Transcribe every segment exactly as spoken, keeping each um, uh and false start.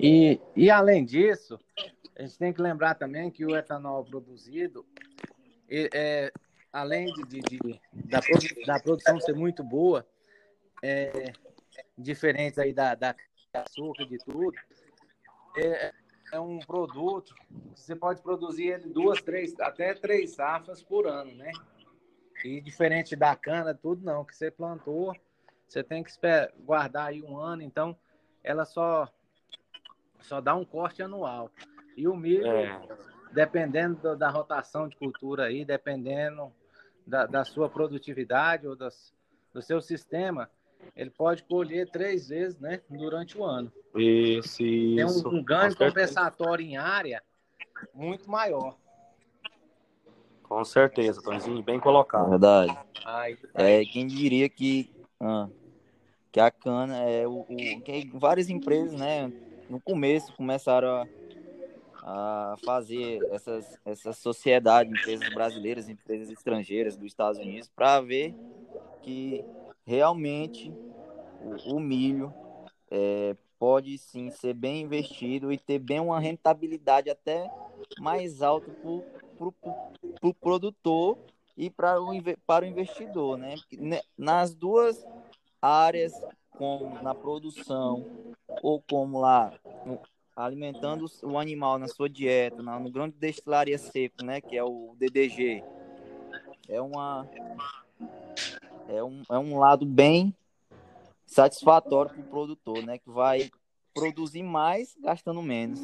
E, e além disso, a gente tem que lembrar também que o etanol produzido, é, é, além de, de, de da, da produção ser muito boa, é, diferente aí da, da açúcar, de tudo, é, é um produto que você pode produzir ele duas, três, até três safras por ano, né? E diferente da cana, tudo não, que você plantou, você tem que esperar, guardar aí um ano, então ela só, só dá um corte anual. E o milho, É, dependendo do, da rotação de cultura aí, dependendo da, da sua produtividade ou das, do seu sistema, ele pode colher três vezes, né, durante o ano. isso, Tem um, isso, um com ganho certeza. compensatório em área muito maior. Com certeza, Tonzinho, bem colocado. Verdade. Aí, aí. É, quem diria que, ah, que a cana é o, o que várias empresas, né, no começo começaram a, a fazer essas essas sociedades, empresas brasileiras, empresas estrangeiras dos Estados Unidos, para ver que realmente o, o milho é, pode sim ser bem investido e ter bem uma rentabilidade até mais alta para o pro, pro, pro produtor e para o, para o investidor, né? Nas duas áreas, como na produção ou como lá no, alimentando o animal na sua dieta, no grão de destilaria seco, né? Que é o D D G, é uma é um, é um lado bem satisfatório para o produtor, né? Que vai produzir mais gastando menos.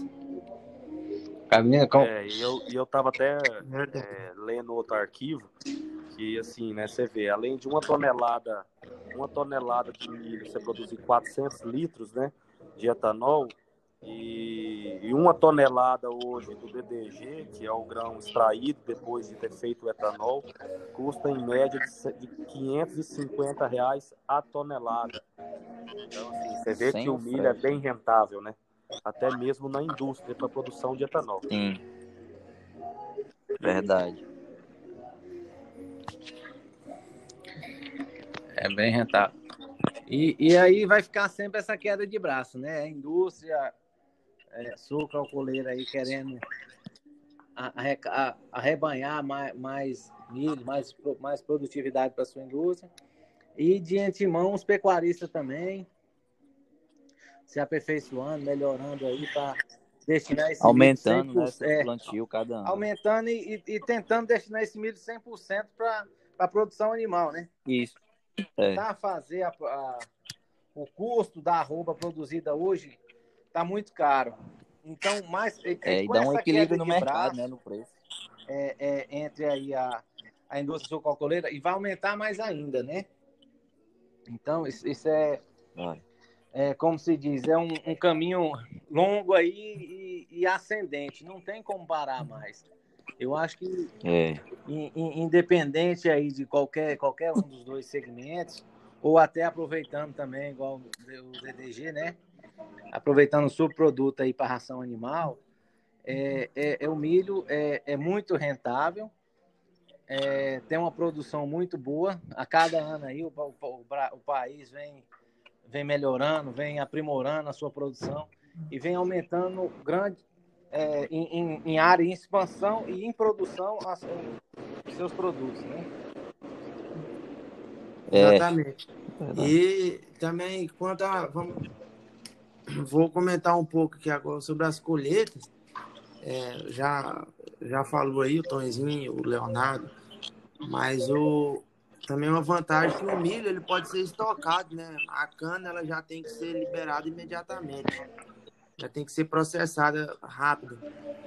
É, e eu, e eu tava até é, lendo outro arquivo que, assim, né, você vê, além de uma tonelada, uma tonelada de milho, você produzir quatrocentos litros, né, de etanol, e, e uma tonelada hoje do D D G, que é o grão extraído depois de ter feito o etanol, custa em média de, de quinhentos e cinquenta reais a tonelada. Então, assim, você vê Sem que o o milho é frete. bem rentável, né? Até mesmo na indústria para produção de etanol. Sim. Verdade. É bem rentável. E, e aí vai ficar sempre essa queda de braço, né? A indústria, é, sucroalcooleira aí querendo arrebanhar mais, mais milho, mais, mais produtividade para sua indústria. E de antemão os pecuaristas também se aperfeiçoando, melhorando aí para destinar esse milho Aumentando, né, cem por cento, seus é, plantios cada ano. aumentando e, e, e tentando destinar esse milho cem por cento para a produção animal, né? Isso. É. Tentar fazer a, a, o custo da arroba produzida hoje está muito caro. Então, mais, É, e com dá um essa equilíbrio queda no de mercado, né, braço no preço. é, é, entre aí a, a indústria sucroalcooleira, e vai aumentar mais ainda, né? Então, isso, isso é, é, como se diz, é um, um caminho longo aí e, e ascendente. Não tem como parar mais. Eu acho que, é. in, in, independente aí de qualquer, qualquer um dos dois segmentos, ou até aproveitando também, igual o D D G, né? Aproveitando o subproduto aí para ração animal, é, é, é o milho é, é muito rentável, é, tem uma produção muito boa. A cada ano aí o, o, o, o país vem, vem melhorando, vem aprimorando a sua produção e vem aumentando grande é, em, em, em área, em expansão e em produção as, os seus produtos, né? É. Exatamente. E também, quanto a, vamos, vou comentar um pouco aqui agora sobre as colheitas. É, já, já falou aí o Tonzinho, o Leonardo, mas o, também uma vantagem que o milho ele pode ser estocado, né? A cana ela já tem que ser liberada imediatamente, já tem que ser processada rápido.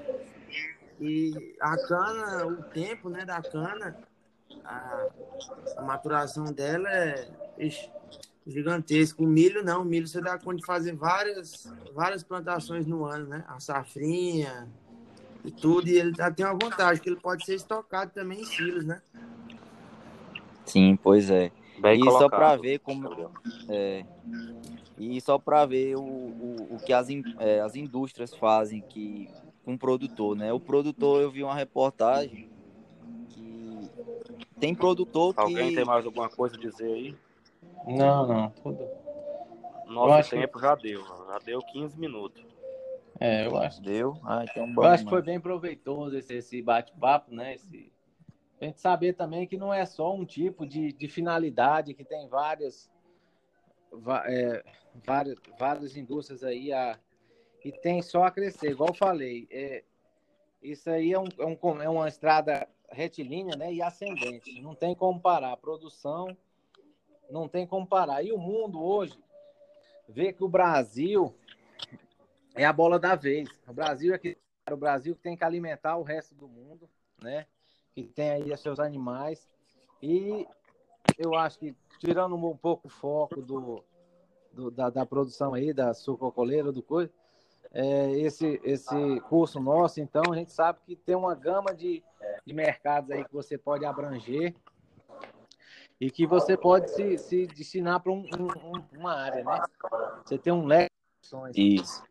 E a cana, o tempo, né, da cana, a, a maturação dela é ixi, gigantesco. O milho não, o milho você dá conta de fazer várias, várias plantações no ano, né? A safrinha e tudo, e ele tem uma vantagem, que ele pode ser estocado também em silos, né? Sim, pois é. Bem e colocado, só para ver como é, e só para ver o, o, o que as, é, as indústrias fazem que com um produtor, né? O produtor, eu vi uma reportagem que tem produtor Alguém que... tem mais alguma coisa a dizer aí? Não, não. Tudo. Nosso tempo que... já deu, já deu quinze minutos. É, eu acho. Deu? Ah, então Eu bom acho que foi demais. bem proveitoso esse, esse bate-papo, né? Esse... A gente saber também que não é só um tipo de, de finalidade, que tem várias, va- é, várias, várias indústrias aí a, e tem só a crescer. Igual eu falei, é, isso aí é, um, é, um, é uma estrada retilínea, né? E ascendente. Não tem como parar. A produção não tem como parar. E o mundo hoje vê que o Brasil é a bola da vez. O Brasil é que, o Brasil que tem que alimentar o resto do mundo, né? Que tem aí os seus animais. E eu acho que, tirando um pouco o foco do, do da, da produção aí, da sucrocoleira, do coisa, é, esse, esse curso nosso, então, a gente sabe que tem uma gama de, de mercados aí que você pode abranger e que você pode se, se destinar para um, um, uma área, né? Você tem um leque de opções. Isso.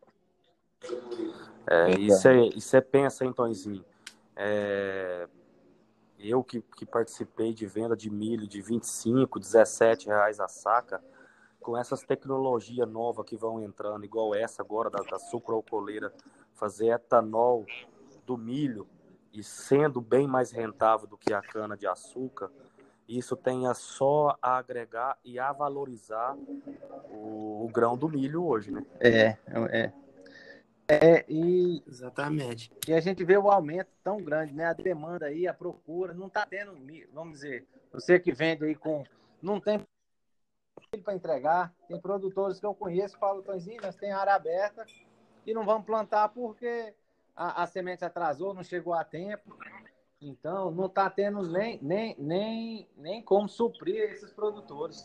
É, e você pensa, hein, Tonzinho? É, eu que, que participei de venda de milho de vinte e cinco, dezessete reais a saca, com essas tecnologias novas que vão entrando, igual essa agora da, da sucroalcooleira, fazer etanol do milho e sendo bem mais rentável do que a cana de açúcar, isso tem a só a agregar e a valorizar o, o grão do milho hoje, né? É, é. É, e, Exatamente. e a gente vê o aumento tão grande, né? A demanda aí, a procura, não está tendo, vamos dizer, você que vende aí com. Não tem para entregar. Tem produtores que eu conheço que falam, Tonzinho, nós tem área aberta e não vamos plantar porque a, a semente atrasou, não chegou a tempo. Então, não está tendo nem, nem, nem, nem como suprir esses produtores.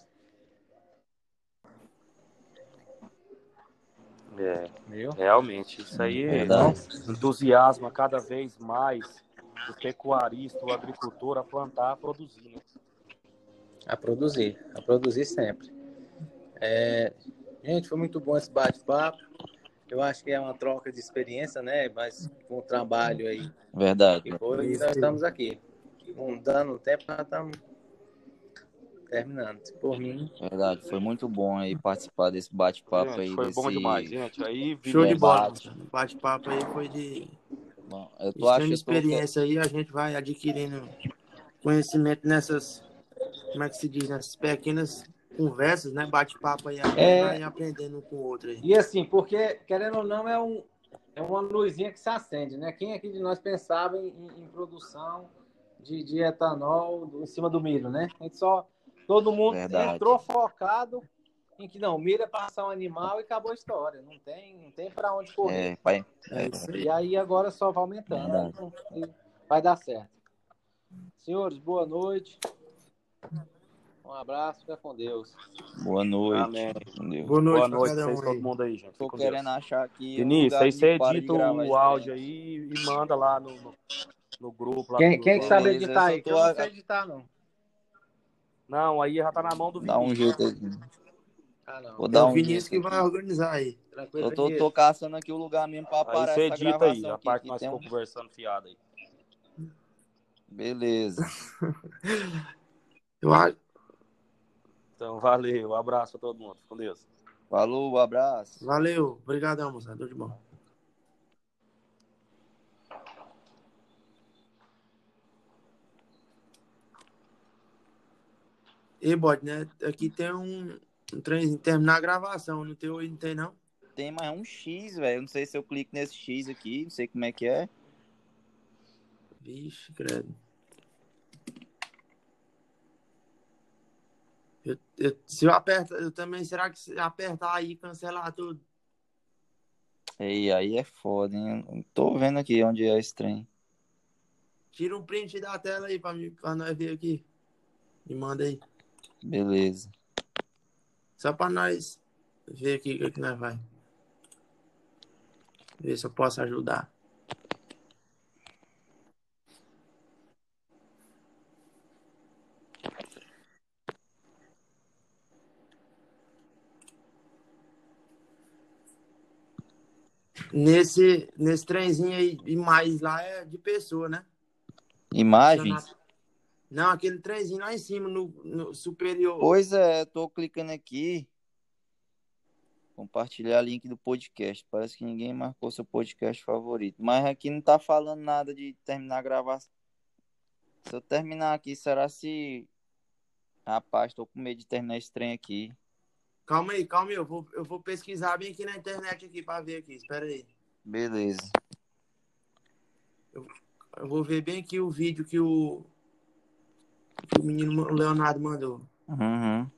É, Viu? realmente, isso aí Verdade. entusiasma cada vez mais o pecuarista, o agricultor a plantar, a produzir, né? A produzir, a produzir sempre. É, gente, foi muito bom esse bate-papo. Eu acho que é uma troca de experiência, né? Mas com o trabalho aí Verdade. que foi, e nós estamos aqui. Não dando tempo, nós estamos terminando. Por mim. Verdade. Foi muito bom aí participar desse bate-papo Gente, aí, foi bom demais, desse gente. Aí, Show de bola, debate. moçada. O bate-papo aí foi de Bom, eu tô extrema achando que eu tô... experiência aí. A gente vai adquirindo conhecimento nessas, como é que se diz, nessas pequenas conversas, né? Bate-papo aí. A gente É, vai aprendendo um com o outro aí. e assim, porque, querendo ou não, é, um, é uma luzinha que se acende, né? Quem aqui de nós pensava em, em, em produção de, de etanol do, em cima do milho, né? A gente só, todo mundo Verdade. entrou focado em que não, milho é passar um animal e acabou a história. Não tem, não tem para onde correr. É, pai. É isso aí. E aí agora só vai aumentando. Verdade. E vai dar certo. Senhores, boa noite. Um abraço, fica com Deus. Boa noite. Amém. Com Deus. Boa noite Boa pra noite cada pra vocês, um todo aí. mundo aí, gente. Tô Fique com querendo Deus. achar aqui um Vinícius, lugar aí de você para de edita gravar o esse áudio trem. aí e manda lá no, no, no grupo. Lá Quem, do, quem que sabe Beleza, editar eu aí? só Que tô eu não a- sei editar, não. Não, aí já tá na mão do Dá um Vinícius. jeito aí. Ah, não. Vou É dar o um Vinícius jeito que vai aqui. organizar aí. Tranquilo, Eu tô, Vinícius. tô caçando aqui o lugar mesmo pra Aí parar você essa edita aí, gravação a aqui. parte que que nós tem um... ficamos conversando fiado aí. Beleza. Eu acho. Então, valeu. Um abraço pra todo mundo. Fique com Deus. Falou, abraço. Valeu. Obrigadão, moçada. Tudo de bom. E bode, né? Aqui tem um, um trem terminar a gravação. No teu aí não tem, não? Tem mais um X, velho. Não sei se eu clico nesse X aqui. Não sei como é que é. Vixe, credo. Eu, eu, se eu apertar, eu também, será que se apertar aí e cancelar tudo? E aí é foda, hein? Eu tô vendo aqui onde é esse trem. Tira um print da tela aí pra, mim, pra nós ver aqui. Me manda aí. Beleza. Só pra nós ver aqui o que, que nós vai. Ver se eu posso ajudar. Nesse, nesse trenzinho aí, e mais lá é de pessoa, né? Imagens? Não, aquele trenzinho lá em cima, no, no superior. Pois é, tô clicando aqui. Compartilhar link do podcast. Parece que ninguém marcou seu podcast favorito. Mas aqui não tá falando nada de terminar a gravação. Se eu terminar aqui, será se... Rapaz, tô com medo de terminar esse trem aqui. Calma aí, calma aí. Eu vou, eu vou pesquisar bem aqui na internet aqui pra ver aqui. Espera aí. Beleza. Eu, eu vou ver bem aqui o vídeo que o, que o menino Leonardo mandou. Uhum.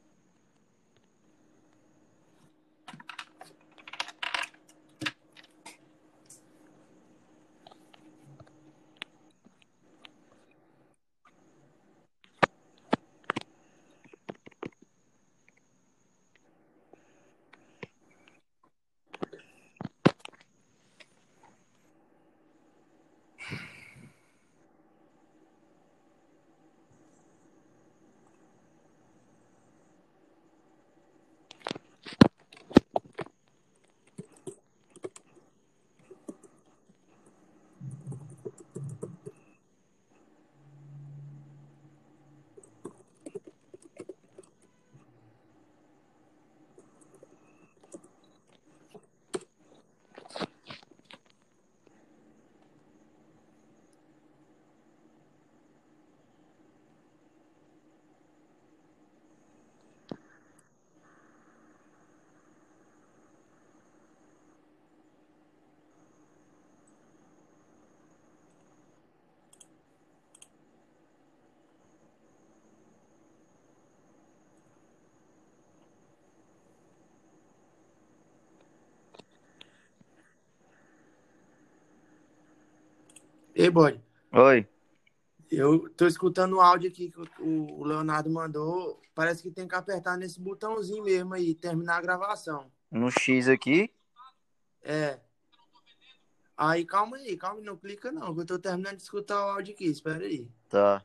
Ei, bode. Oi. Eu tô escutando o áudio aqui que o Leonardo mandou. Parece que tem que apertar nesse botãozinho mesmo aí, terminar a gravação. No X aqui? É. Aí, calma aí, calma aí, não clica não, que eu tô terminando de escutar o áudio aqui, espera aí. Tá.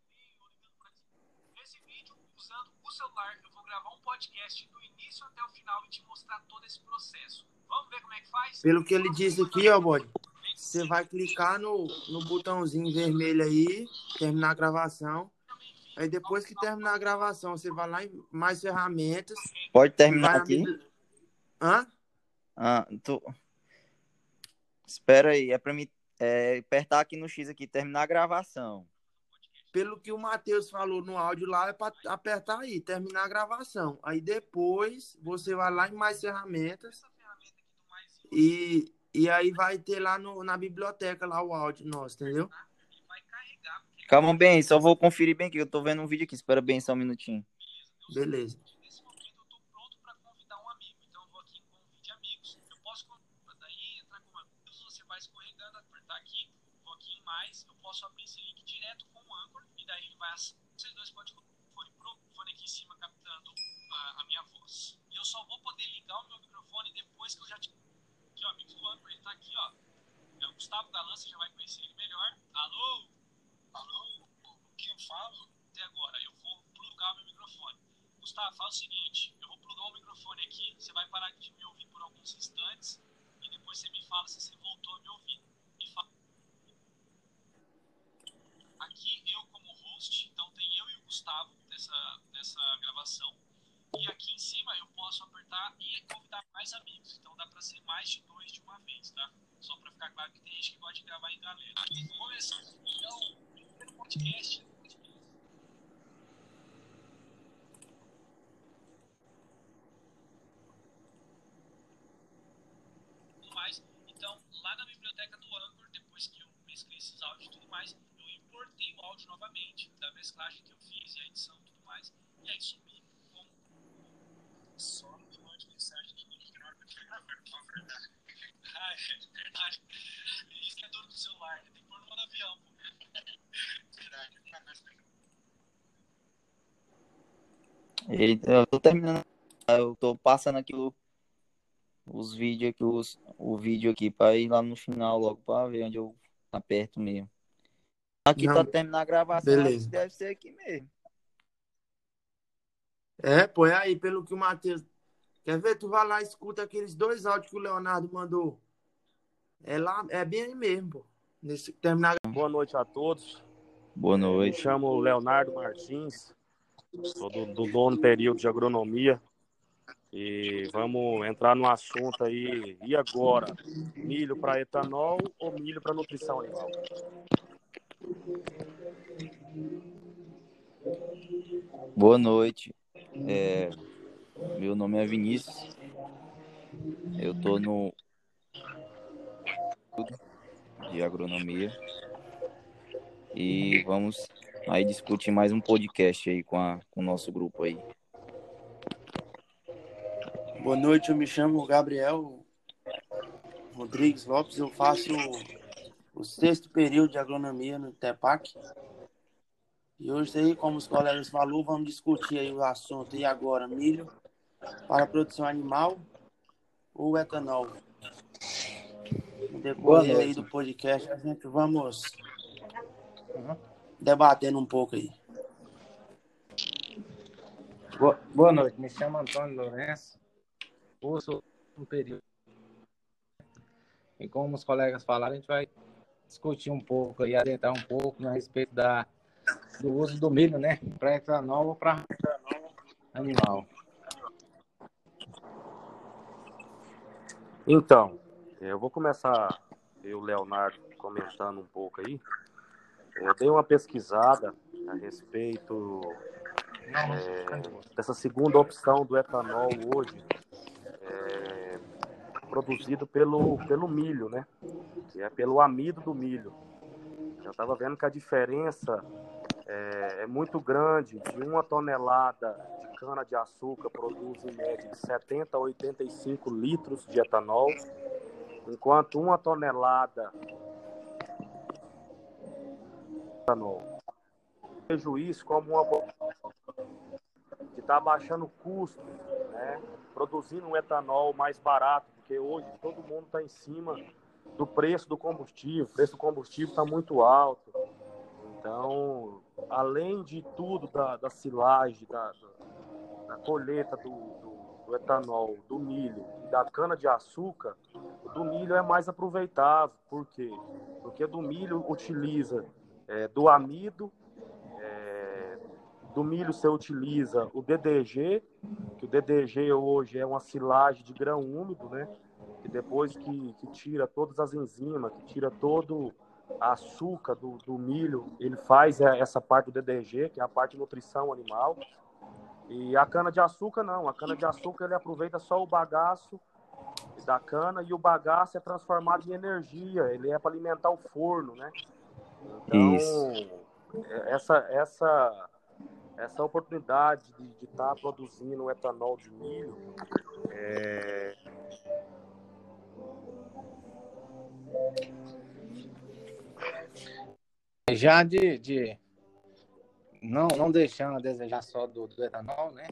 Nesse vídeo, usando o celular, eu vou gravar um podcast do início até o final e te mostrar todo esse processo. Vamos ver como é que faz? Pelo que ele disse aqui, ó, bode, você vai clicar no, no botãozinho vermelho aí, terminar a gravação. Aí depois que terminar a gravação, você vai lá em mais ferramentas. Pode e terminar vai aqui? na... Hã? Ah, tu... Espera aí, é pra me é, apertar aqui no X aqui, terminar a gravação. Pelo que o Matheus falou no áudio lá, é para apertar aí, terminar a gravação. Aí depois você vai lá em mais ferramentas e, e aí vai ter lá no, na biblioteca lá o áudio nosso, entendeu? Calma bem, só vou conferir bem aqui, eu tô vendo um vídeo aqui, espera bem só um minutinho. Beleza. Nesse momento eu tô pronto para convidar um amigo, então eu vou aqui em convite amigos. Eu posso convidar, daí entrar com amigos, você vai escorregando, apertar aqui, vou aqui em mais, eu posso abrir esse link direto com o Anchor e daí ele vai, vocês dois podem colocar o microfone aqui em cima captando a, a minha voz. E eu só vou poder ligar o meu microfone depois que eu já tiver. Aqui ó, amigos do Anchor, ele tá aqui ó, é o Gustavo Galan, você já vai conhecer ele melhor. Alô? Alô? Quem eu falo? Até agora, eu vou plugar o meu microfone. Gustavo, fala o seguinte, eu vou plugar o microfone aqui, você vai parar de me ouvir por alguns instantes e depois você me fala se você voltou a me ouvir. Me fala. Aqui eu como host, então tem eu e o Gustavo nessa, nessa gravação. E aqui em cima eu posso apertar e convidar mais amigos, então dá pra ser mais de dois de uma vez, tá? Só pra ficar claro que tem gente que gosta de gravar em galera. Começando então o primeiro podcast. Mais. Então, lá na biblioteca do Anchor, depois que eu mesclei esses áudios e tudo mais, eu importei o áudio novamente, da mesclagem que eu fiz e a edição e tudo mais, e aí subi com só um monte de mensagem de mim que não é verdade. Ah, é verdade. Isso que é dono do celular, né? Tem que pôr no modo avião, pô. Verdade. Eita, eu tô terminando, eu tô passando aqui o, os vídeos aqui, os, o vídeo aqui pra ir lá no final logo pra ver onde eu aperto mesmo. Aqui Não, tá terminando a gravação, acho beleza. que deve ser aqui mesmo. É, põe aí, pelo que o Matheus... Quer ver? Tu vai lá e escuta aqueles dois áudios que o Leonardo mandou. É lá, é bem aí mesmo, pô. Nesse, terminar... Boa noite a todos. Boa É, me noite. chamo Leonardo Martins, sou do, do nono período de agronomia. E vamos entrar no assunto aí. E agora? Milho para etanol ou milho para nutrição animal? Boa noite. É, meu nome é Vinícius. Eu tô no de agronomia e vamos aí discutir mais um podcast aí com, a, com o nosso grupo aí. Boa noite, eu me chamo Gabriel Rodrigues Lopes, eu faço o sexto período de agronomia no TEPAC. E hoje aí, como os colegas falaram, vamos discutir aí o assunto. E agora, milho para produção animal ou etanol? No decorrer aí do podcast, a gente vamos Uhum. debatendo um pouco aí. Boa, boa noite, me chamo Antônio Lourenço, curso um período. E como os colegas falaram, a gente vai discutir um pouco e adentrar um pouco a respeito da, do uso do milho, né? Para etanol ou para animal. Então, eu vou começar, eu, Leonardo, comentando um pouco aí. Eu dei uma pesquisada a respeito é, dessa segunda opção do etanol hoje, é, produzido pelo, pelo milho, né? Que é pelo amido do milho. Eu estava vendo que a diferença é, é muito grande. De uma tonelada de cana-de-açúcar produz em média de setenta a oitenta e cinco litros de etanol, enquanto uma tonelada de etanol. Eu vejo isso como uma que está baixando o custo, né? Produzindo um etanol mais barato, porque hoje todo mundo está em cima do preço do combustível, o preço do combustível está muito alto. Então, além de tudo, da, da silagem, da, da colheita do, do, do etanol, do milho e da cana-de-açúcar, o do milho é mais aproveitável. Por quê? Porque do milho utiliza é, do amido, é, do milho você utiliza o D D G, que o D D G hoje é uma silagem de grão úmido, né? Que depois que, que tira todas as enzimas, que tira todo açúcar do, do milho, ele faz essa parte do D D G, que é a parte de nutrição animal. E a cana-de-açúcar não, a cana-de-açúcar ele aproveita só o bagaço da cana e o bagaço é transformado em energia, ele é para alimentar o forno, né? Então, Isso. essa, essa, essa oportunidade de estar tá produzindo etanol de milho é... Já de, de não, não deixando a desejar só do, do etanol, né?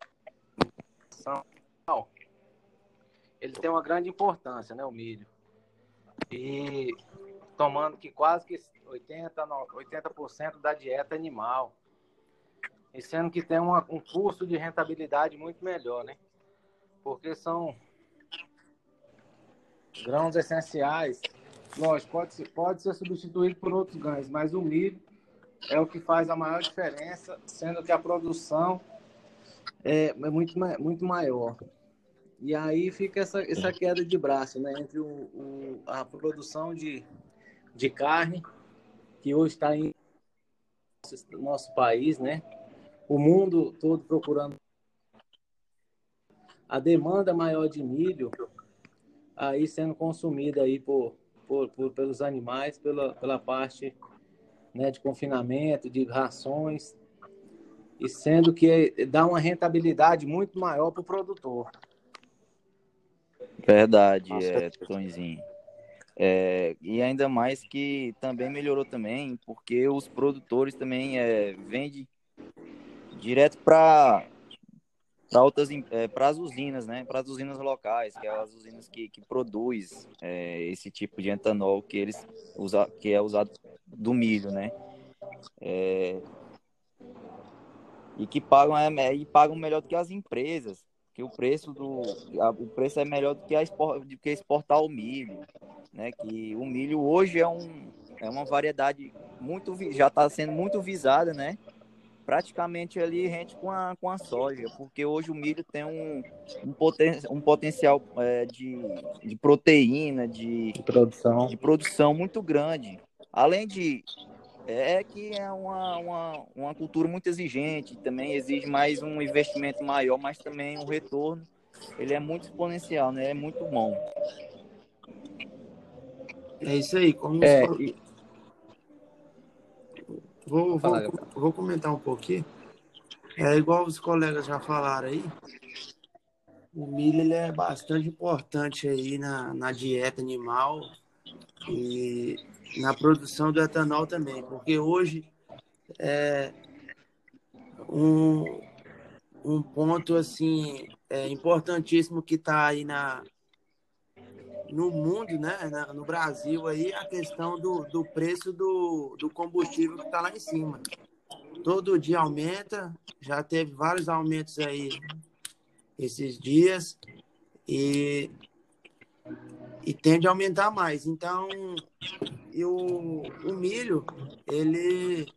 Ele tem uma grande importância, né, o milho. E tomando que quase que oitenta por cento da dieta animal. E sendo que tem uma, um custo de rentabilidade muito melhor, né? Porque são grãos essenciais. Lógico, pode ser, pode ser substituído por outros grãos, mas o milho é o que faz a maior diferença, sendo que a produção é, é muito, muito maior. E aí fica essa, essa queda de braço, né? Entre o, o, a produção de, de carne, que hoje está em nosso país, né? O mundo todo procurando a demanda maior de milho aí sendo consumida aí por, por, por, pelos animais, pela, pela parte, né, de confinamento, de rações, e sendo que dá uma rentabilidade muito maior para o produtor. Verdade, é, Tonzinho. É, e ainda mais que também melhorou também, porque os produtores também é, vendem direto para para outras é, para as usinas, né? Para as usinas locais, que é as usinas que, que produz é, esse tipo de etanol que eles usa, que é usado do milho, né? É, e que pagam é, e pagam melhor do que as empresas, que o preço do a, o preço é melhor do que a do que exportar o milho, né? Que o milho hoje é um é uma variedade muito já está sendo muito visada, né? praticamente ali rende com a, com a soja, porque hoje o milho tem um, um, poten, um potencial é, de, de proteína, de, de produção. de produção muito grande. Além de é que é uma, uma, uma cultura muito exigente, também exige mais um investimento maior, mas também o retorno ele é muito exponencial, né? É muito bom. É isso aí, como É, os... e... vou, falar, vou, vou comentar um pouquinho. É igual os colegas já falaram aí, o milho ele é bastante importante aí na, na dieta animal e na produção do etanol também, porque hoje é um, um ponto assim é importantíssimo que está aí na, no mundo, né, na, no Brasil aí, a questão do, do preço do, do combustível que está lá em cima. Todo dia aumenta, já teve vários aumentos aí esses dias e, e tende a aumentar mais. Então, e o, o milho, ele,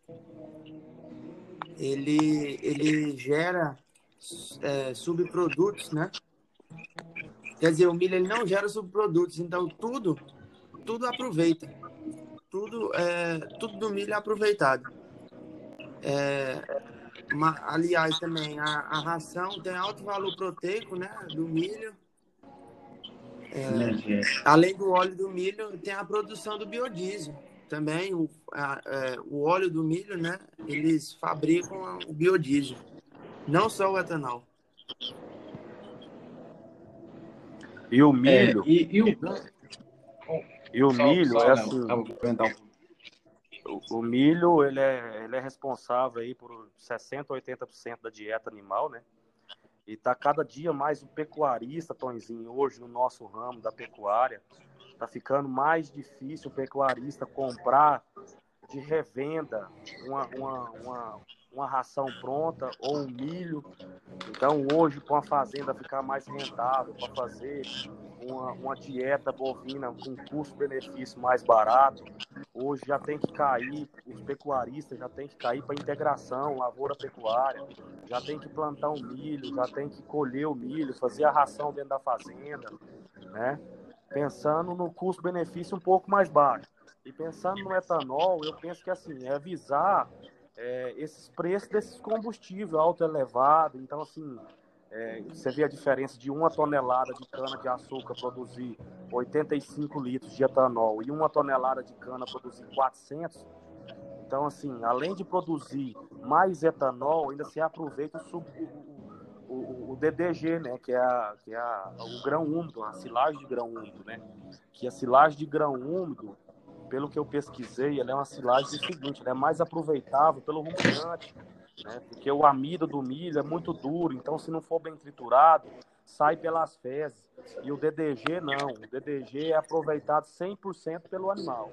ele, ele gera é, subprodutos, né? Quer dizer, o milho ele não gera subprodutos, então tudo, tudo aproveita. Tudo, é, tudo do milho é aproveitado. É, uma, aliás, também, a, a ração tem alto valor proteico, né, do milho. É, além do óleo do milho, tem a produção do biodiesel. Também, o, a, é, o óleo do milho, né, eles fabricam o biodiesel. Não só o etanol. E o É, milho, e, e o... e o Só, milho só, é Léo, assim, pra comentar um pouco. o, o milho ele é, ele é responsável aí por sessenta, oitenta por cento da dieta animal, né? E tá cada dia mais o pecuarista, Tonzinho, hoje no nosso ramo da pecuária, tá ficando mais difícil o pecuarista comprar de revenda uma, uma, uma, uma ração pronta ou um milho. Então, hoje, para uma fazenda ficar mais rentável, para fazer uma, uma dieta bovina com custo-benefício mais barato, hoje já tem que cair, os pecuaristas já tem que cair para integração, lavoura-pecuária, já tem que plantar o milho, já tem que colher o milho, fazer a ração dentro da fazenda, né? Pensando no custo-benefício um pouco mais baixo. E pensando no etanol, eu penso que assim, é visar é, esses preços desses combustíveis alto elevado. Então, assim, é, você vê a diferença de uma tonelada de cana-de-açúcar produzir oitenta e cinco litros de etanol e uma tonelada de cana produzir quatrocentos. Então, assim, além de produzir mais etanol, ainda se aproveita o, sub, o, o, o D D G, né, que é, a, que é a, o grão úmido, a silagem de grão úmido, né, que a silagem de grão úmido, pelo que eu pesquisei, ela é uma silagem do seguinte, ela é mais aproveitável pelo ruminante, né, porque o amido do milho é muito duro, então se não for bem triturado, sai pelas fezes. E o D D G não, o D D G é aproveitado cem por cento pelo animal.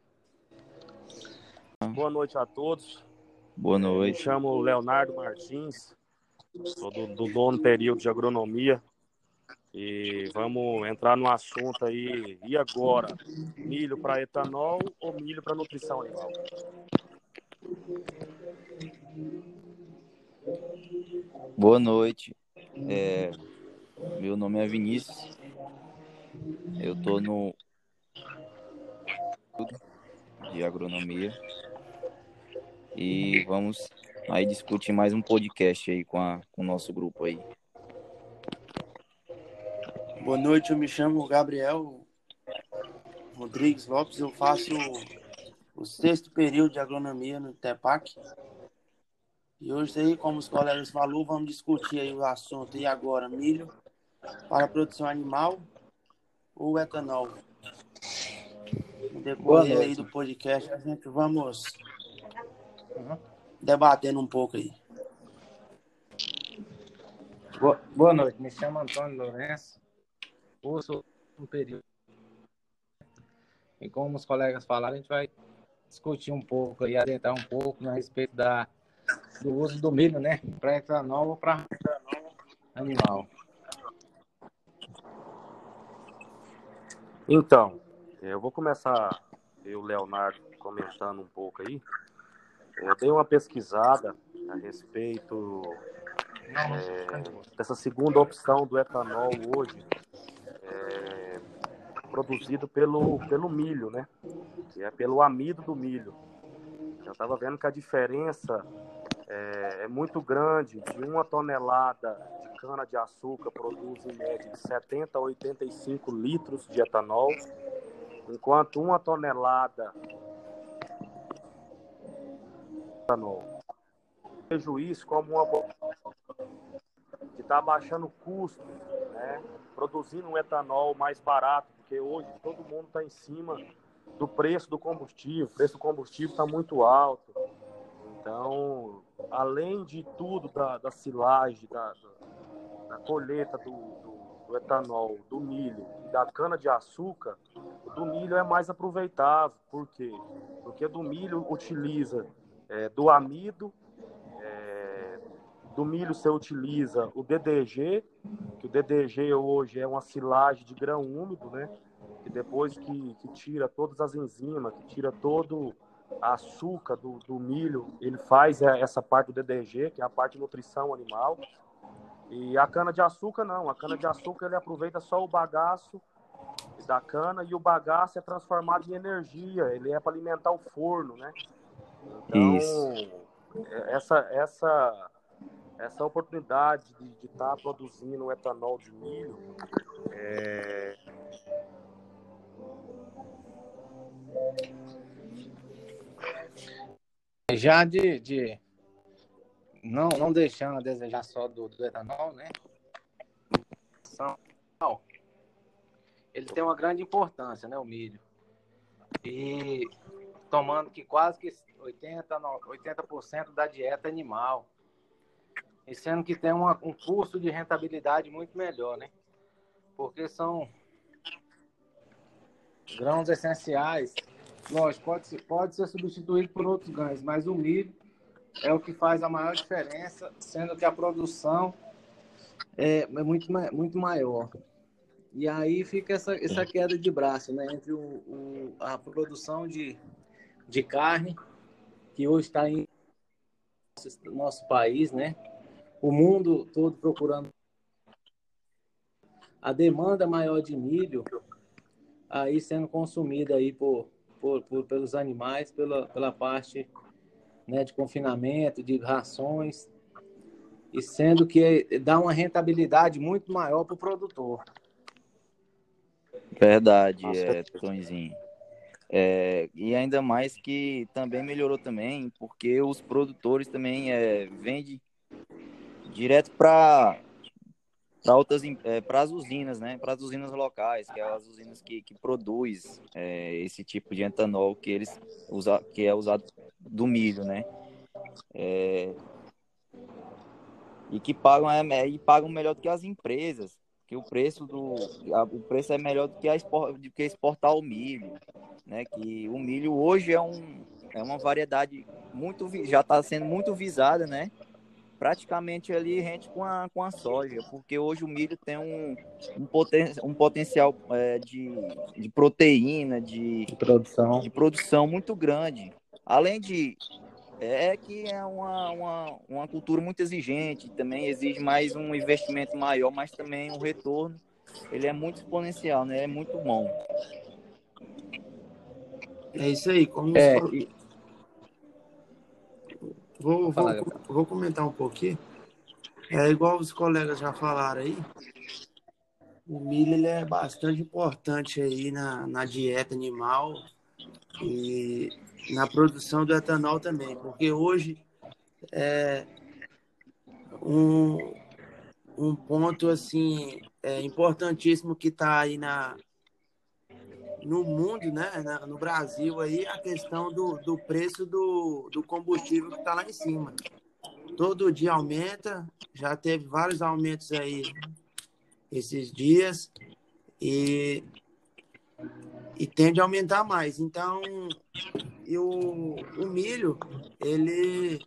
Boa noite a todos. Boa noite. Me chamo Leonardo Martins, sou do, do nono período de agronomia. E vamos entrar no assunto aí. E agora? Milho para etanol ou milho para nutrição animal? Boa noite. É, meu nome é Vinícius. Eu tô no de agronomia e vamos aí discutir mais um podcast aí com, a, com o nosso grupo aí. Boa noite, eu me chamo Gabriel Rodrigues Lopes, eu faço o sexto período de agronomia no TEPAC. E hoje aí, como os colegas falaram, vamos discutir aí o assunto. E agora, milho para a produção animal ou etanol? No decorrer aí do podcast, a gente vamos uhum. debatendo um pouco aí. Boa, boa noite, me chamo Antônio Lourenço, curso um período. E como os colegas falaram, a gente vai discutir um pouco e adentrar um pouco a respeito da, do uso do milho, né? Para etanol ou para animal. Então, eu vou começar, eu, Leonardo, comentando um pouco aí. Eu dei uma pesquisada a respeito é, dessa segunda opção do etanol hoje, é, produzido pelo, pelo milho, né? Que é pelo amido do milho. Eu estava vendo que a diferença é, é muito grande. De uma tonelada de cana-de-açúcar produz em média de setenta a oitenta e cinco litros de etanol, enquanto uma tonelada de etanol. Eu vejo isso como uma que está baixando o custo, né? Produzindo um etanol mais barato, porque hoje todo mundo está em cima do preço do combustível. O preço do combustível está muito alto. Então, além de tudo, da, da silagem, da, da, da colheita do, do, do etanol, do milho e da cana-de-açúcar, o do milho é mais aproveitável. Por quê? Porque do milho utiliza é, do amido, é, do milho você utiliza o D D G, que o D D G hoje é uma silagem de grão úmido, né? Que depois que, que tira todas as enzimas, que tira todo açúcar do, do milho, ele faz essa parte do D D G, que é a parte de nutrição animal. E a cana-de-açúcar não, a cana-de-açúcar ele aproveita só o bagaço da cana e o bagaço é transformado em energia, ele é para alimentar o forno, né? Então, Isso. essa, essa, essa oportunidade de estar tá produzindo o etanol de milho é... Já de, de não, não deixando a desejar só do, do etanol, né? Ele tem uma grande importância, né, o milho. E tomando que quase que oitenta por cento da dieta animal. E sendo que tem uma, um custo de rentabilidade muito melhor, né? Porque são grãos essenciais. Lógico, pode ser, pode ser substituído por outros grãos, mas o milho é o que faz a maior diferença, sendo que a produção é, é muito, muito maior. E aí fica essa, essa queda de braço, né? Entre o, o, a produção de, de carne, que hoje está em nosso, nosso país, né? O mundo todo procurando a demanda maior de milho aí sendo consumida aí por, por, por, pelos animais, pela, pela parte, né, de confinamento, de rações, e sendo que dá uma rentabilidade muito maior para o produtor. Verdade, é, Tonzinho. É, e ainda mais que também melhorou também, porque os produtores também é, vendem direto para para outras é, para as usinas, né? Para as usinas locais, que é as usinas que, que produz é, esse tipo de etanol que eles usa, que é usado do milho, né? É, e que pagam é, e pagam melhor do que as empresas, que o preço do a, o preço é melhor do que a export, do que exportar o milho, né? Que o milho hoje é um é uma variedade muito já está sendo muito visada, né? Praticamente ali rende com a, com a soja, porque hoje o milho tem um, um, poten, um potencial é, de, de proteína, de, de produção. de produção muito grande. Além de é que é uma, uma, uma cultura muito exigente, também exige mais um investimento maior, mas também o retorno ele é muito exponencial, né? É muito bom. É isso aí, como é, você... e... Vou, falar, vou, vou comentar um pouquinho. É igual os colegas já falaram aí, o milho ele é bastante importante aí na, na dieta animal e na produção do etanol também, porque hoje é um, um ponto assim é importantíssimo que está aí na, no mundo, né, na, no Brasil aí, a questão do, do preço do, do combustível que está lá em cima. Todo dia aumenta, já teve vários aumentos aí esses dias e, e tende a aumentar mais. Então, e o, o milho, ele,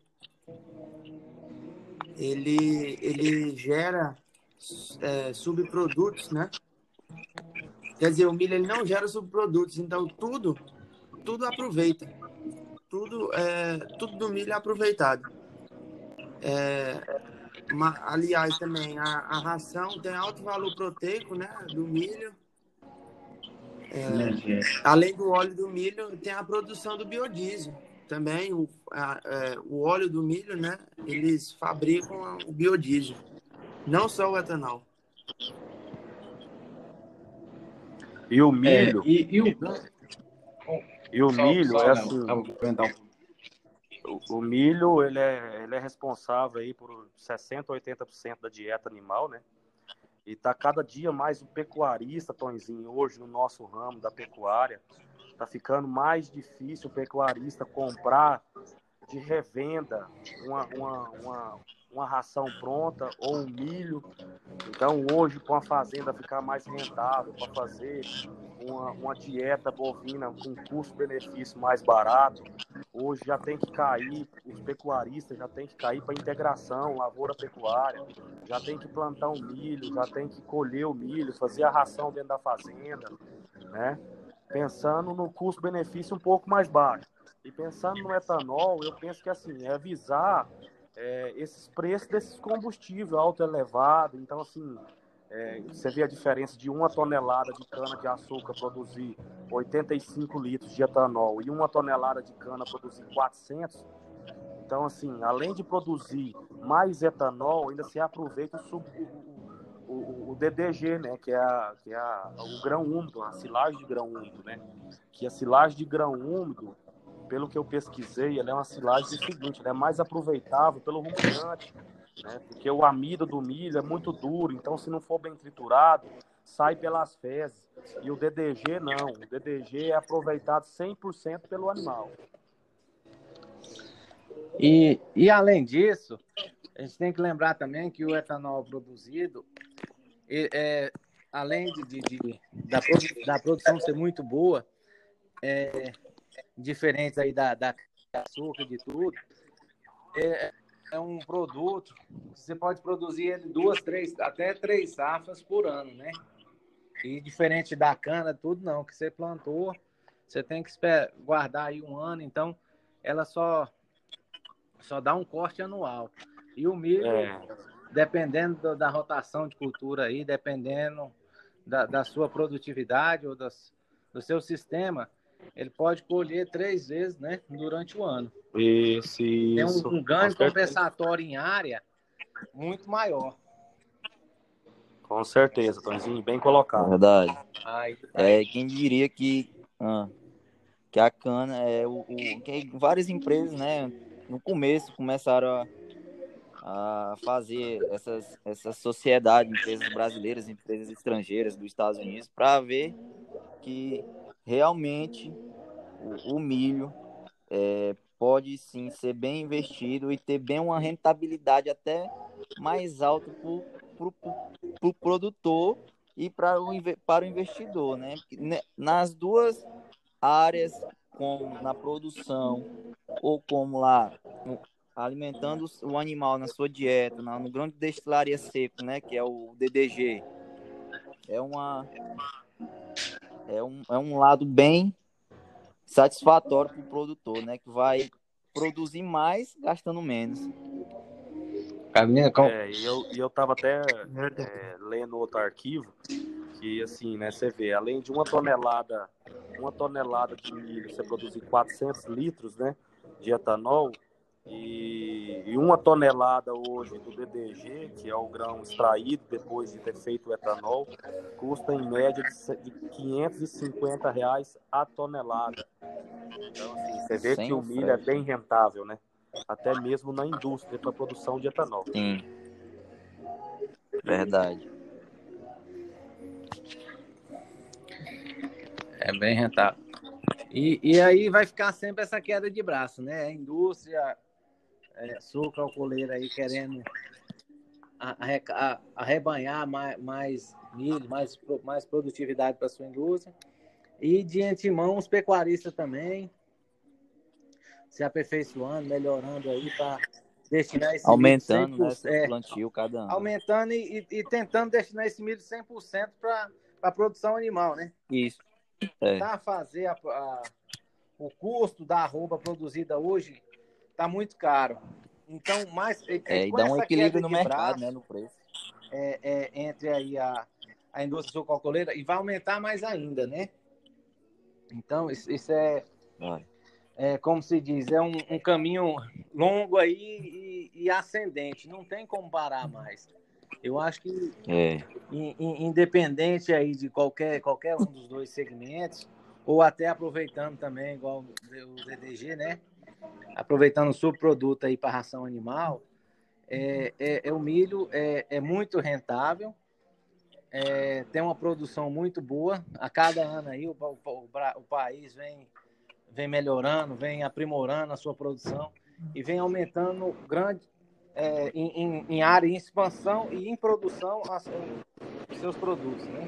ele, ele gera é, subprodutos, né? Quer dizer, o milho ele não gera subprodutos, então tudo, tudo aproveita. Tudo, é, tudo do milho é aproveitado. É, uma, aliás, também, a, a ração tem alto valor proteico, né, do milho. É, além do óleo do milho, tem a produção do biodiesel. Também o, a, é, o óleo do milho, né, eles fabricam o biodiesel, não só o etanol. E o É, milho, e, e o e o só, milho só, é Léo, assim, eu vou comentar um pouco. o, o milho ele é, ele é responsável aí por sessenta, oitenta por cento da dieta animal, né? E tá cada dia mais o pecuarista, Tonzinho, hoje no nosso ramo da pecuária, tá ficando mais difícil o pecuarista comprar de revenda uma, uma, uma, uma ração pronta ou um milho. Então, hoje, para uma fazenda ficar mais rentável, para fazer uma, uma dieta bovina com custo-benefício mais barato, hoje já tem que cair, os pecuaristas já tem que cair para integração, lavoura-pecuária, já tem que plantar o milho, já tem que colher o milho, fazer a ração dentro da fazenda, né? Pensando no custo-benefício um pouco mais baixo. E pensando no etanol, eu penso que assim, é visar é, esses preços desses combustíveis alto elevado. Então, assim, é, você vê a diferença de uma tonelada de cana-de-açúcar produzir oitenta e cinco litros de etanol e uma tonelada de cana produzir quatrocentos. Então, assim, além de produzir mais etanol, ainda se aproveita o, sub, o, o, o D D G, né? Que é, a, que é a, o grão úmido, a silagem de grão úmido, né? Que a silagem de grão úmido, pelo que eu pesquisei, ela é uma silagem do seguinte, ela é mais aproveitável pelo ruminante, né? Porque o amido do milho é muito duro, então se não for bem triturado, sai pelas fezes. E o D D G não, o D D G é aproveitado cem por cento pelo animal. E, e além disso, a gente tem que lembrar também que o etanol produzido, é, além de, de, de da, da produção ser muito boa, é, diferente aí da, da açúcar, de tudo, é, é um produto que você pode produzir ele duas, três, até três safras por ano, né? E diferente da cana, tudo não, que você plantou, você tem que esperar, guardar aí um ano, então ela só, só dá um corte anual. E o milho, é. dependendo do, da rotação de cultura aí, dependendo da, da sua produtividade ou das, do seu sistema, ele pode colher três vezes, né, durante o ano. Isso, isso. Tem um, um ganho compensatório em área muito maior. Com certeza, Tonzinho, bem colocado. Verdade. Aí, é, quem diria que, ah, que a cana é o, o que várias empresas, né, no começo começaram a, a fazer essas essas sociedades, empresas brasileiras, empresas estrangeiras dos Estados Unidos, para ver que realmente o, o milho é, pode sim ser bem investido e ter bem uma rentabilidade até mais alta para o pro, pro produtor e para o, para o investidor, né? Nas duas áreas, como na produção ou como lá alimentando o animal na sua dieta, no grão de destilaria seco, né? Que é o D D G, é uma é um, é um lado bem satisfatório para o produtor, né? Que vai produzir mais gastando menos. É, e eu, e eu tava até é, lendo outro arquivo que, assim, né, você vê, além de uma tonelada, uma tonelada de milho, você produzir quatrocentos litros, né, de etanol, e, e uma tonelada hoje do D D G, que é o grão extraído depois de ter feito o etanol, custa em média de, de quinhentos e cinquenta reais a tonelada. Então, assim, você vê Sem que o milho frete. É bem rentável, né? Até mesmo na indústria para produção de etanol. Sim. Verdade. É bem rentável. E, e aí vai ficar sempre essa queda de braço, né? A indústria, é, sucro alcooleiro aí querendo arrebanhar mais, mais milho, mais, mais produtividade para sua indústria. E de antemão os pecuaristas também se aperfeiçoando, melhorando aí para destinar esse aumentando, milho né, seu é, plantio cada ano. Aumentando e, e, e tentando destinar esse milho cem por cento para a produção animal, né? Isso. É. Tá fazer a, a, o custo da arroba produzida hoje tá muito caro. Então, mais, É, e com dá um essa queda equilíbrio no de mercado, né, braço no preço. é, é, entre aí a, a indústria sucroalcooleira, e vai aumentar mais ainda, né? Então, isso, isso é, Vai. é, como se diz, é um, um caminho longo aí e, e ascendente. Não tem como parar mais. Eu acho que, É, in- in- independente aí de qualquer, qualquer um dos dois segmentos, ou até aproveitando também, igual o D D G, né? Aproveitando o subproduto aí para ração animal, é, é, é o milho é, é muito rentável, é, tem uma produção muito boa. A cada ano aí o, o, o, o país vem, vem melhorando, vem aprimorando a sua produção e vem aumentando grande, é, em, em, em área, em expansão e em produção as, os seus produtos, né?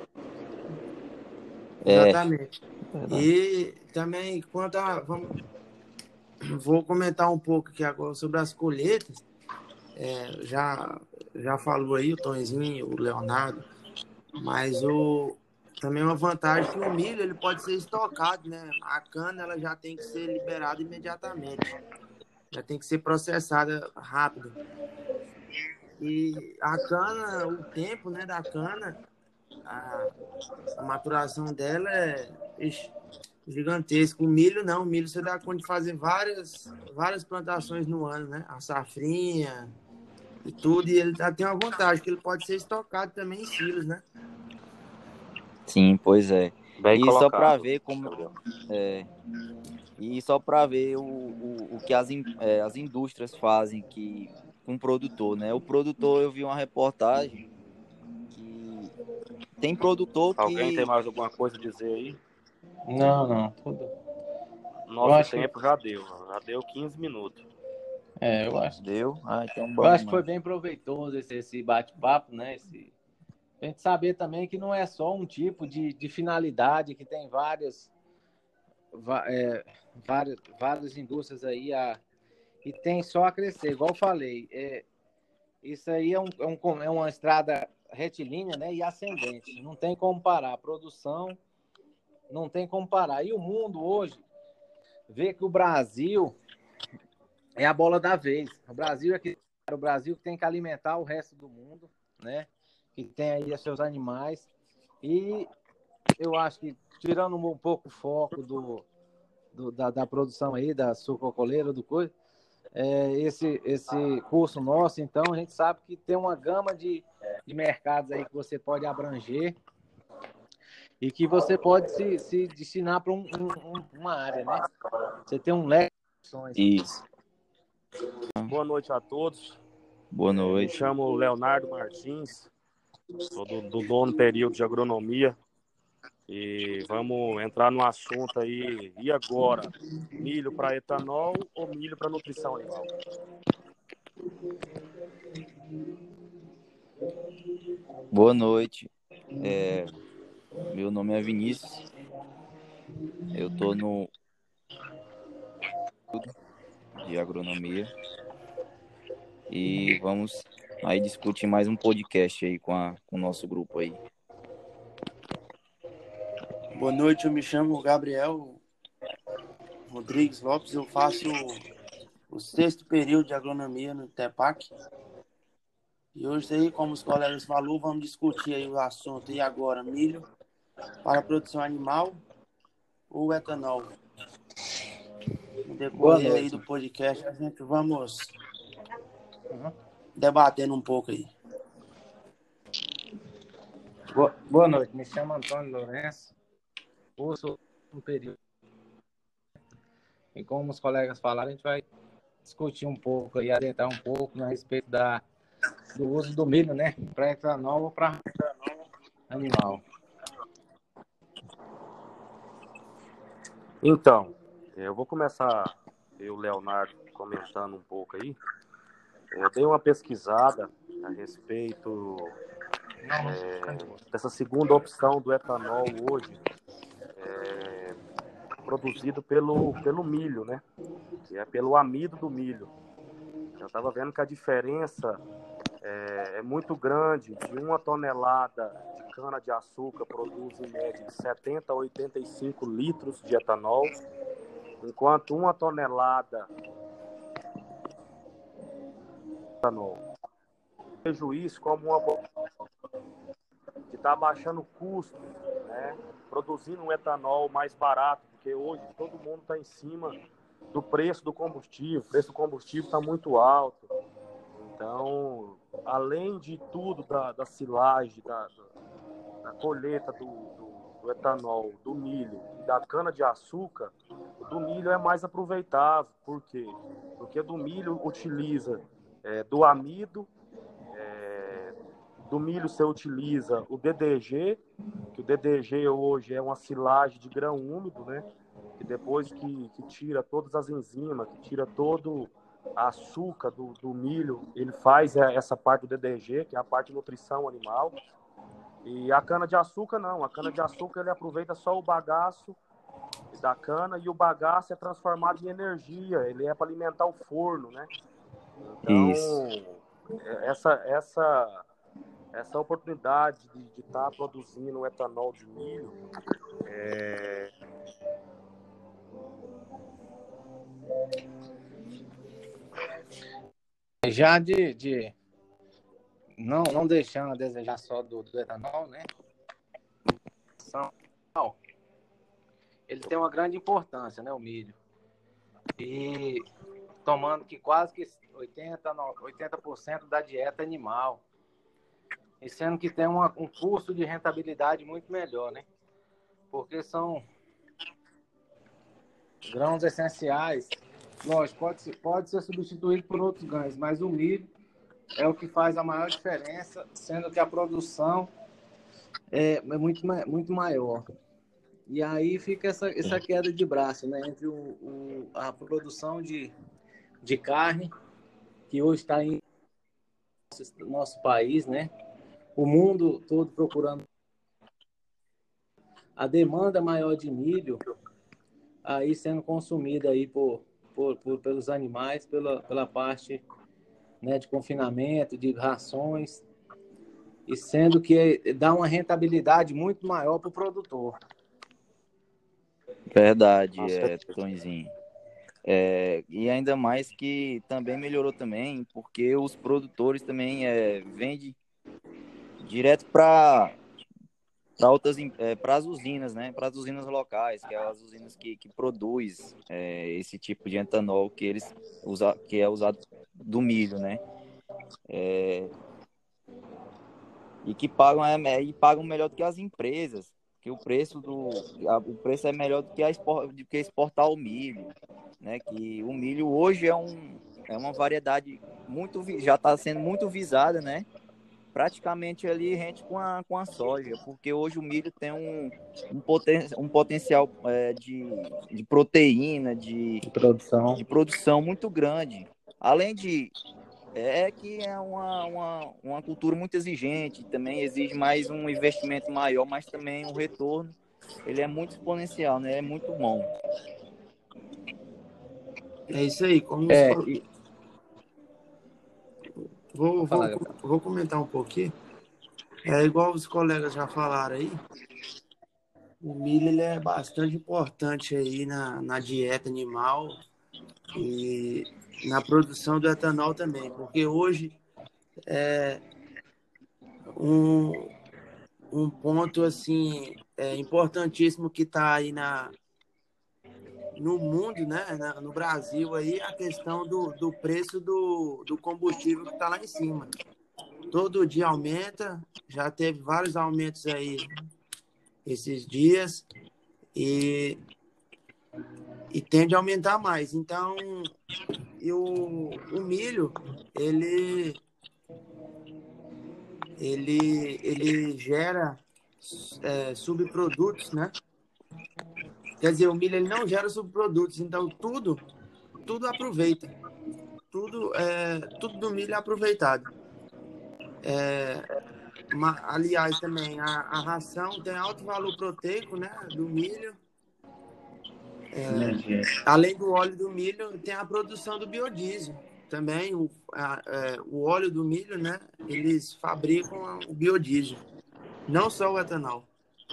é, Exatamente. E também, quanto a. Vamos, vou comentar um pouco aqui agora sobre as colheitas. É, já, já falou aí o Tonzinho, o Leonardo, mas o, também uma vantagem que o milho ele pode ser estocado, né? A cana ela já tem que ser liberada imediatamente, já tem que ser processada rápido. E a cana, o tempo, né, da cana, a, a maturação dela é ixi, gigantesco. O milho não, o milho você dá conta de fazer várias, várias plantações no ano, né? A safrinha e tudo, e ele tem uma vantagem, que ele pode ser estocado também em silos, né? sim, pois é. Bem E só para colocado, ver como Gabriel. é, e só para ver o, o, o que as, in- é, as indústrias fazem que com o produtor, né? O produtor, eu vi uma reportagem que tem produtor Alguém tem que mais alguma coisa a dizer aí? Não, não. Tudo. Eu Nosso acho que, tempo já deu, já deu quinze minutos. é, eu acho, deu, ah, então eu bom acho que foi demais. bem proveitoso esse, esse bate-papo, né? Esse, a gente saber também que não é só um tipo de, de finalidade, que tem várias, va- é, várias, várias indústrias aí a, e tem só a crescer. Igual eu falei, é, isso aí é, um, é, um, é uma estrada retilínea, né? E ascendente. Não tem como parar. A produção não tem como parar. E o mundo hoje vê que o Brasil é a bola da vez. O Brasil é que, o Brasil que tem que alimentar o resto do mundo, né? Que tem aí os seus animais. E eu acho que, tirando um pouco o foco do, do da, da produção aí, da sucroalcooleira, do coisa, é, esse, esse curso nosso, então, a gente sabe que tem uma gama de, de mercados aí que você pode abranger e que você pode se, se destinar para um, um, uma área, né? Você tem um leque de opções. Isso. Boa noite a todos. Boa Me noite. chamo Leonardo Martins, sou do, do nono período de agronomia. E vamos entrar no assunto aí. E agora? Milho para etanol ou milho para nutrição animal? Boa noite. É, meu nome é Vinícius. Eu tô no de agronomia e vamos aí discutir mais um podcast aí com, a, com o nosso grupo aí. Boa noite, eu me chamo Gabriel Rodrigues Lopes, eu faço o sexto período de agronomia no TEPAC. E hoje aí, como os colegas falaram, vamos discutir aí o assunto. E agora, milho para produção animal ou etanol? No decorrer aí do podcast, a gente vamos Uhum. debatendo um pouco aí. Boa, boa noite, me chamo Antônio Lourenço, curso no período. E como os colegas falaram, a gente vai discutir um pouco e adentrar um pouco a respeito da, do uso do milho, né? Para etanol ou para animal. Então, eu vou começar, eu, Leonardo, comentando um pouco aí. Eu dei uma pesquisada a respeito é, dessa segunda opção do etanol hoje, é, produzido pelo, pelo milho, né? Que é pelo amido do milho. Eu estava vendo que a diferença é, é muito grande. De uma tonelada de cana-de-açúcar produz em média de setenta a oitenta e cinco litros de etanol, enquanto uma tonelada etanol. Vejo isso como uma que está baixando o custo, né? Produzindo um etanol mais barato, porque hoje todo mundo está em cima do preço do combustível, o preço do combustível está muito alto. Então, além de tudo, da, da silagem, da, da, da colheita do, do, do etanol, do milho e da cana-de-açúcar, o do milho é mais aproveitável. Por quê? Porque do milho utiliza é, do amido, é, do milho você utiliza o D D G, que o D D G hoje é uma silagem de grão úmido, né? Que depois que, que tira todas as enzimas, que tira todo açúcar do, do milho, ele faz essa parte do D D G, que é a parte de nutrição animal. E a cana-de-açúcar não, a cana-de-açúcar ele aproveita só o bagaço da cana e o bagaço é transformado em energia, ele é para alimentar o forno, né? Então, Isso. essa, essa, essa oportunidade de estar tá produzindo o etanol de milho é... Já de, de não, não deixando a desejar só do, do etanol, né? Ele tem uma grande importância, né, o milho. E tomando que quase que oitenta por cento da dieta animal. E sendo que tem uma, um custo de rentabilidade muito melhor, né? Porque são grãos essenciais. Lógico, pode ser, pode ser substituído por outros grãos, mas o milho é o que faz a maior diferença, sendo que a produção é, é muito, muito maior. E aí fica essa, essa queda de braço, né? Entre o, o, a produção de, de carne, que hoje está em nosso, nosso país, né? O mundo todo procurando a demanda maior de milho aí sendo consumida aí por, por, por, pelos animais, pela, pela parte, né, de confinamento, de rações, e sendo que dá uma rentabilidade muito maior para o produtor. Verdade, é, Tonzinho. É, e ainda mais que também melhorou também, porque os produtores também é, vendem direto para para outras é, para as usinas, né? Para as usinas locais, que é as usinas que, que produz é, esse tipo de etanol que eles usa, que é usado do milho, né? É, e que pagam é, e pagam melhor do que as empresas, que o preço do a, o preço é melhor do que a do que exportar o milho, né? Que o milho hoje é um é uma variedade muito já está sendo muito visada, né? Praticamente ali rente com a, com a soja, porque hoje o milho tem um, um, poten, um potencial é, de, de proteína, de, de produção. de produção muito grande. Além de é que é uma, uma, uma cultura muito exigente, também exige mais um investimento maior, mas também o retorno ele é muito exponencial, né? É muito bom. É isso aí, como é, você e... Vou, vou, vou comentar um pouquinho. É igual os colegas já falaram aí, o milho ele é bastante importante aí na, na dieta animal e na produção do etanol também, porque hoje é um, um ponto assim é importantíssimo que está aí na, no mundo, né, na, no Brasil aí, a questão do, do preço do, do combustível que está lá em cima. Todo dia aumenta, já teve vários aumentos aí esses dias e, e tende a aumentar mais. Então, e o, o milho, ele, ele, ele gera é, subprodutos, né? Quer dizer, o milho ele não gera subprodutos, então tudo, tudo aproveita. Tudo, é, tudo do milho é aproveitado. É, uma, aliás, também, a, a ração tem alto valor proteico, né, do milho. É, além do óleo do milho, tem a produção do biodiesel. Também, o, a, é, o óleo do milho, né, eles fabricam o biodiesel. Não só o etanol.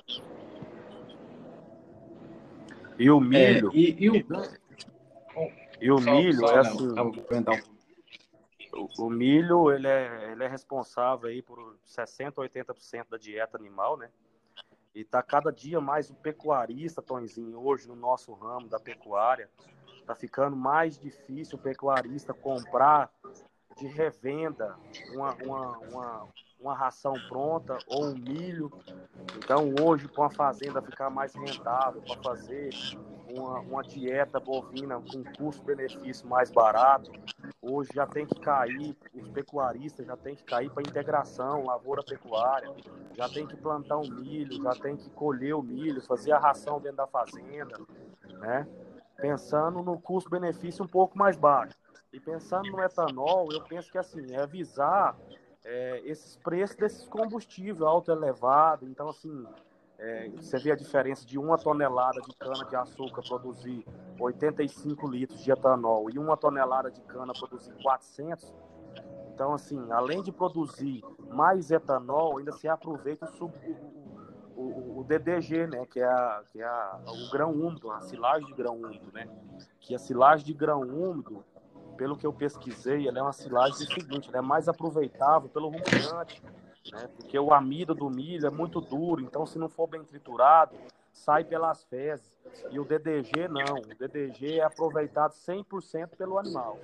E o milho... É, e, e o... E o só, milho só, é não, assim... não, O milho, ele é, ele é responsável aí por sessenta, oitenta por cento da dieta animal, né? E tá cada dia mais o pecuarista, Tonzinho, hoje no nosso ramo da pecuária, tá ficando mais difícil o pecuarista comprar de revenda uma, uma, uma, uma ração pronta ou um milho. Então, hoje, para uma fazenda ficar mais rentável, para fazer uma, uma dieta bovina com custo-benefício mais barato, hoje já tem que cair, os pecuaristas já tem que cair para integração, lavoura-pecuária, já tem que plantar um milho, já tem que colher o milho, fazer a ração dentro da fazenda, né? Pensando no custo-benefício um pouco mais baixo. E pensando no etanol, eu penso que assim, é avisar é, esses preços desses combustíveis alto elevado. Então, assim, é, você vê a diferença de uma tonelada de cana-de-açúcar produzir oitenta e cinco litros de etanol e uma tonelada de cana produzir quatrocentos. Então, assim, além de produzir mais etanol, ainda se aproveita o, sub, o, o, o D D G, né? Que é, a, que é a, o grão úmido, a silagem de grão úmido, né? Que a silagem de grão úmido, pelo que eu pesquisei, ela é uma silagem do seguinte, ela é mais aproveitável pelo ruminante, né? Porque o amido do milho é muito duro, então se não for bem triturado, sai pelas fezes. E o D D G não, o D D G é aproveitado cem por cento pelo animal.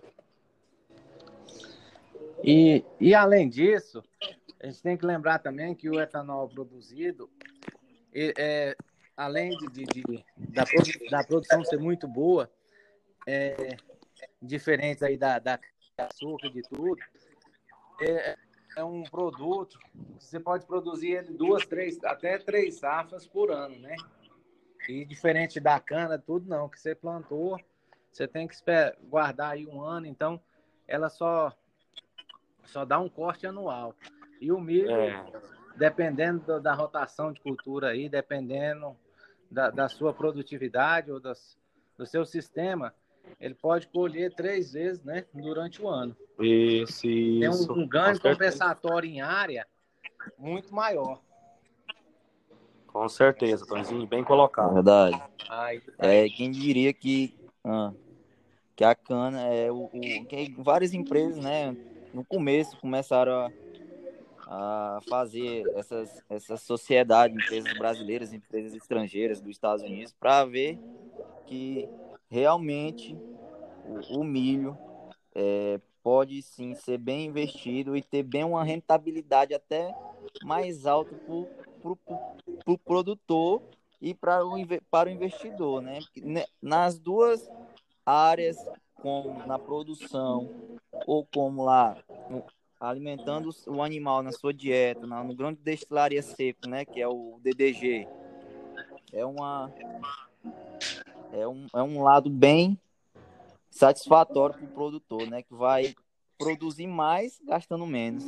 E, e além disso, a gente tem que lembrar também que o etanol produzido, é, além de, de, de da, da produção ser muito boa, é, diferente aí da, da açúcar, de tudo, é, é um produto que você pode produzir ele duas, três, até três safras por ano, né? E diferente da cana, tudo não, que você plantou, você tem que esperar, guardar aí um ano, então ela só, só dá um corte anual. E o milho, é. dependendo do, da rotação de cultura aí, dependendo da, da sua produtividade ou das, do seu sistema, ele pode colher três vezes, né, durante o ano. Isso, isso. Tem um, um ganho compensatório em área muito maior. Com certeza, Tonzinho, bem colocado. Verdade. Ai, ai. É, quem diria que, ah, que a cana é o, o que várias empresas, né, no começo começaram a, a fazer essas essas sociedades, empresas brasileiras, empresas estrangeiras dos Estados Unidos, para ver que realmente o, o milho é, pode sim ser bem investido e ter bem uma rentabilidade até mais alta para o pro, pro produtor e para o, para o investidor, né? Nas duas áreas, como na produção ou como lá alimentando o animal na sua dieta, no grão de destilaria seco, né? Que é o D D G, é uma é um, é um lado bem satisfatório para o produtor, né? Que vai produzir mais gastando menos.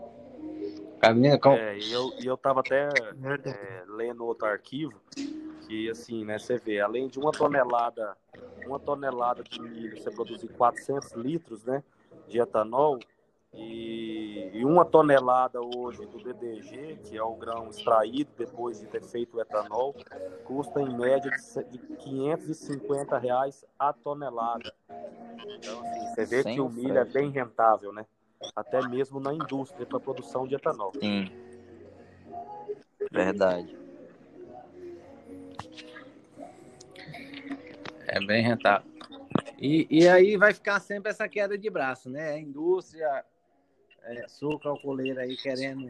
É, e eu, e eu tava até é, lendo outro arquivo que, assim, né, você vê, além de uma tonelada, uma tonelada de milho, você produzir quatrocentos litros, né, de etanol, e, e uma tonelada hoje do D D G, que é o grão extraído depois de ter feito o etanol, custa em média de quinhentos e cinquenta reais a tonelada. Então, assim, você vê Sem que o milho frete. é bem rentável, né? Até mesmo na indústria para produção de etanol. Sim. Verdade. É bem rentável. E, e aí vai ficar sempre essa queda de braço, né? A indústria, é, suco alcooleiro aí querendo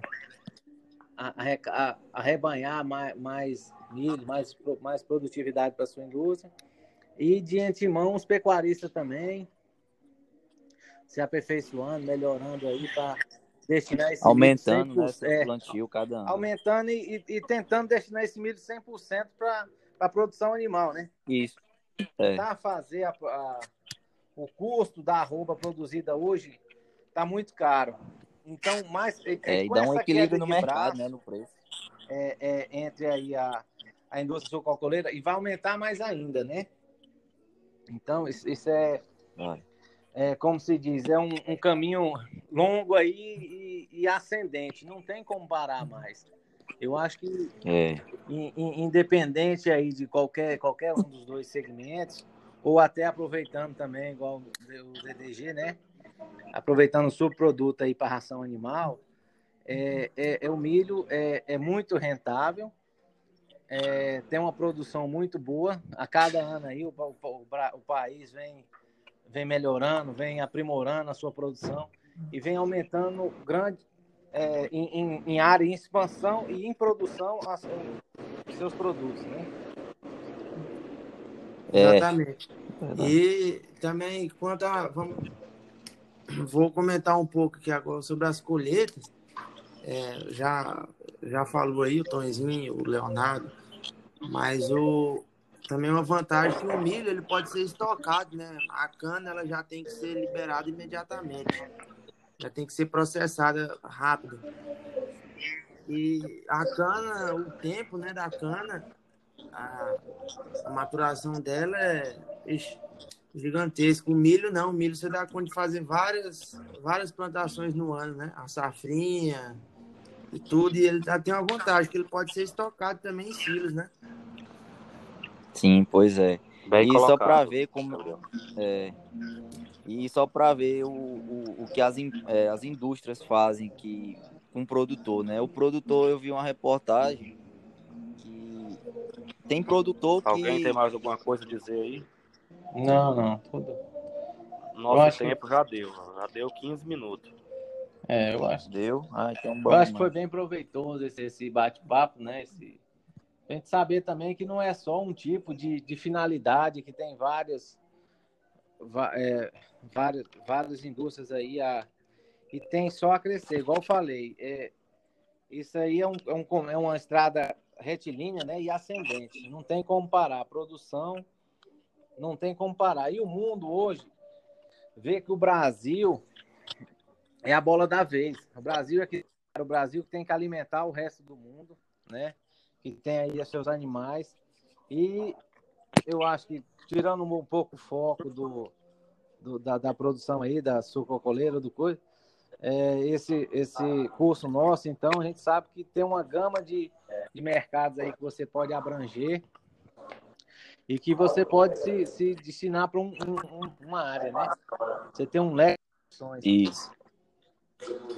arrebanhar mais, mais milho, mais, mais produtividade para sua indústria. E de antemão os pecuaristas também se aperfeiçoando, melhorando aí para destinar esse aumentando, milho né, seu é, plantio cada ano. Aumentando e, e, e tentando destinar esse milho cem por cento para a produção animal, né? Isso. Tentar é. fazer a, a, o custo da arroba produzida hoje está muito caro. Então, mais é, é, e dá um equilíbrio no mercado, braço, né, no preço. É, é, entre aí a, a indústria sucroalcooleira e vai aumentar mais ainda, né? Então, isso, isso é, é, como se diz, é um, um caminho longo aí e, e ascendente. Não tem como parar mais. Eu acho que, é. in, in, independente aí de qualquer, qualquer um dos dois segmentos, ou até aproveitando também, igual o D D G, né? aproveitando o subproduto aí para ração animal, é, é, é o milho é, é muito rentável, é, tem uma produção muito boa. A cada ano aí o, o, o, o país vem, vem melhorando, vem aprimorando a sua produção e vem aumentando grande, é, em, em, em área, em expansão e em produção as, os seus produtos, né? É, Exatamente. E também, quanto a, vamos, vou comentar um pouco aqui agora sobre as colheitas. É, já, já falou aí o Tonzinho, o Leonardo, mas o, também uma vantagem que o milho ele pode ser estocado, né? A cana ela já tem que ser liberada imediatamente, já tem que ser processada rápido. E a cana, o tempo, né, da cana, a, a maturação dela é ixi, gigantesco. O milho não, o milho você dá conta de fazer várias, várias plantações no ano, né? A safrinha e tudo, e ele tem uma vantagem, que ele pode ser estocado também em silos, né? sim, pois é. Bem E só para colocado, ver como Gabriel. é, e só para ver o, o, o que as, in- é, as indústrias fazem que com o produtor, né? O produtor, eu vi uma reportagem que tem produtor Alguém tem que mais alguma coisa a dizer aí? Não, não, tudo. Eu Nosso acho que, tempo já deu, já deu quinze minutos. é, eu acho, deu, ah, então eu bom acho que foi demais. bem proveitoso esse, esse bate-papo, né? Esse, a gente saber também que não é só um tipo de, de finalidade, que tem várias, va- é, várias, várias indústrias aí a, e tem só a crescer. Igual eu falei, é, isso aí é, um, é, um, é uma estrada retilínea, né? E ascendente. Não tem como parar. A produção não tem como parar. E o mundo hoje vê que o Brasil é a bola da vez. O Brasil é que, o Brasil que tem que alimentar o resto do mundo, né? Que tem aí os seus animais. E eu acho que, tirando um pouco o foco do, do da, da produção aí, da sucrocoleira, do coisa, é, esse, esse curso nosso, então, a gente sabe que tem uma gama de, de mercados aí que você pode abranger e que você pode se, se destinar para um, um, uma área, né? Você tem um leque de opções. Isso.